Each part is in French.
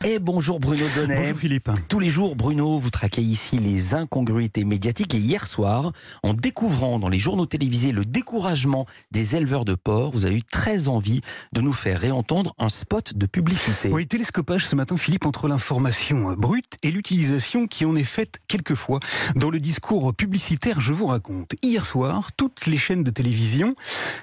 Et bonjour Bruno Donnet. Bonjour Philippe. Tous les jours, Bruno, vous traquez ici les incongruités médiatiques. Et hier soir, en découvrant dans les journaux télévisés le découragement des éleveurs de porcs, vous avez eu très envie de nous faire réentendre un spot de publicité. Oui, télescopage ce matin, Philippe, entre l'information brute et l'utilisation qui en est faite quelquefois dans le discours publicitaire. Je vous raconte. Hier soir, pour toutes les chaînes de télévision,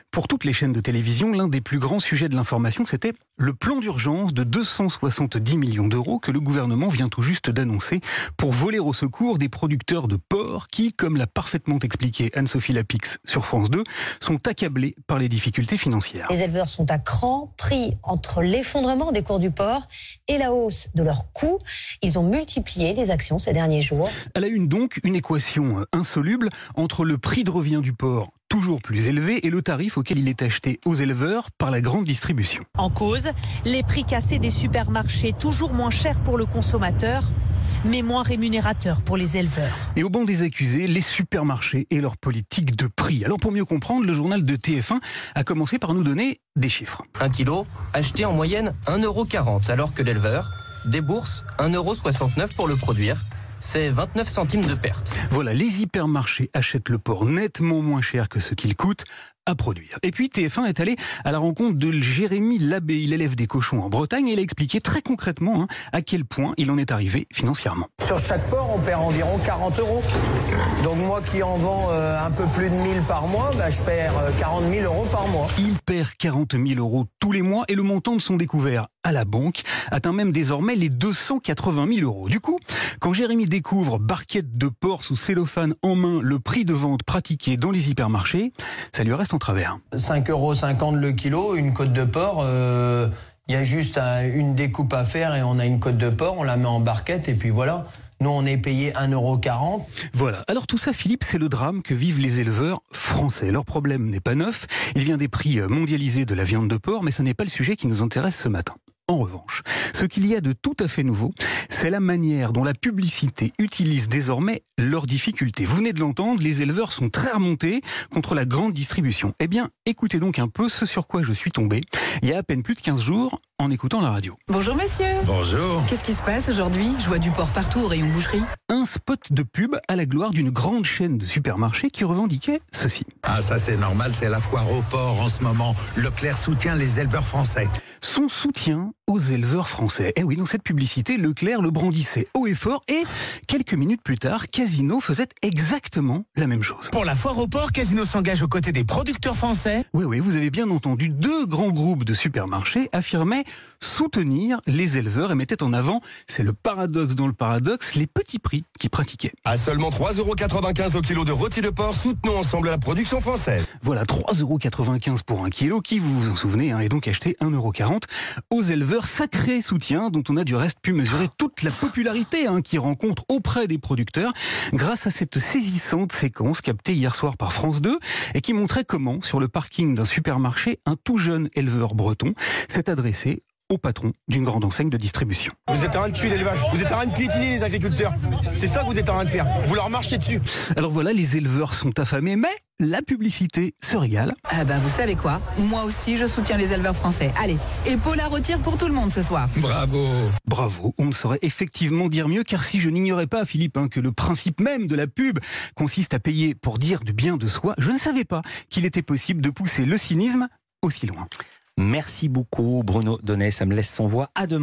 l'un des plus grands sujets de l'information, c'était le plan d'urgence de 270 millions d'euros que le gouvernement vient tout juste d'annoncer pour voler au secours des producteurs de porcs qui, comme l'a parfaitement expliqué Anne-Sophie Lapix sur France 2, sont accablés par les difficultés financières. Les éleveurs sont à cran, pris entre l'effondrement des cours du porc et la hausse de leurs coûts. Ils ont multiplié les actions ces derniers jours. À la une donc, une équation insoluble entre le prix de revient du porc toujours plus élevé et le tarif auquel il est acheté aux éleveurs par la grande distribution. En cause, les prix cassés des supermarchés, toujours moins chers pour le consommateur, mais moins rémunérateurs pour les éleveurs. Et au banc des accusés, les supermarchés et leur politique de prix. Alors pour mieux comprendre, le journal de TF1 a commencé par nous donner des chiffres. 1 kilo acheté en moyenne 1,40 €, alors que l'éleveur débourse 1,69 € pour le produire. C'est 29 centimes de perte. Voilà, les hypermarchés achètent le porc nettement moins cher que ce qu'il coûte à produire. Et puis TF1 est allé à la rencontre de Jérémy Labbé. Il élève des cochons en Bretagne et il a expliqué très concrètement à quel point il en est arrivé financièrement. Sur chaque porc, on perd environ 40 €. Donc moi qui en vends un peu plus de 1000 par mois, je perds 40 000 € par mois. Il perd 40 000 € tous les mois et le montant de son découvert à la banque atteint même désormais les 280 000 €. Du coup, quand Jérémy découvre barquette de porc sous cellophane en main, le prix de vente pratiqué dans les hypermarchés, ça lui reste en travers. 5,50 € le kilo, une côte de porc, il y a juste une découpe à faire et on a une côte de porc, on la met en barquette et puis voilà. Nous, on est payé 1,40 €. Voilà. Alors tout ça, Philippe, c'est le drame que vivent les éleveurs français. Leur problème n'est pas neuf. Il vient des prix mondialisés de la viande de porc, mais ce n'est pas le sujet qui nous intéresse ce matin. En revanche, ce qu'il y a de tout à fait nouveau, c'est la manière dont la publicité utilise désormais leurs difficultés. Vous venez de l'entendre, les éleveurs sont très remontés contre la grande distribution. Eh bien, écoutez donc un peu ce sur quoi je suis tombé il y a à peine plus de 15 jours en écoutant la radio. Bonjour monsieur. Bonjour. Qu'est-ce qui se passe aujourd'hui? Je vois du porc partout au rayon boucherie. Un spot de pub à la gloire d'une grande chaîne de supermarchés qui revendiquait ceci. Ah, ça c'est normal, c'est la foire au porc en ce moment. Leclerc soutient les éleveurs français. Son soutien aux éleveurs français. Eh oui, dans cette publicité, Leclerc le brandissait haut et fort et quelques minutes plus tard, Casino faisait exactement la même chose. Pour la foire au porc, Casino s'engage aux côtés des producteurs français. Oui, vous avez bien entendu, deux grands groupes de supermarchés affirmaient soutenir les éleveurs et mettaient en avant, c'est le paradoxe dans le paradoxe, les petits prix qu'ils pratiquaient. À seulement 3,95 € le kilo de rôti de porc, soutenons ensemble la production française. Voilà, 3,95 € pour un kilo, qui, vous vous en souvenez, est donc acheté 1,40 € aux éleveurs. Sacré soutien dont on a du reste pu mesurer toute la popularité qu'ils rencontrent auprès des producteurs grâce à cette saisissante séquence captée hier soir par France 2 et qui montrait comment, sur le parking d'un supermarché, un tout jeune éleveur breton s'est adressé au patron d'une grande enseigne de distribution. Vous êtes en train de tuer l'élevage, vous êtes en train de piétiner les agriculteurs. C'est ça que vous êtes en train de faire, vous leur marchez dessus. Alors voilà, les éleveurs sont affamés, mais la publicité se régale. Vous savez quoi? Moi aussi, je soutiens les éleveurs français. Allez, épaule à rôtir pour tout le monde ce soir. Bravo, on ne saurait effectivement dire mieux, car si je n'ignorais pas, Philippe, que le principe même de la pub consiste à payer pour dire du bien de soi, je ne savais pas qu'il était possible de pousser le cynisme aussi loin. Merci beaucoup Bruno Donnet, ça me laisse sans voix. À demain.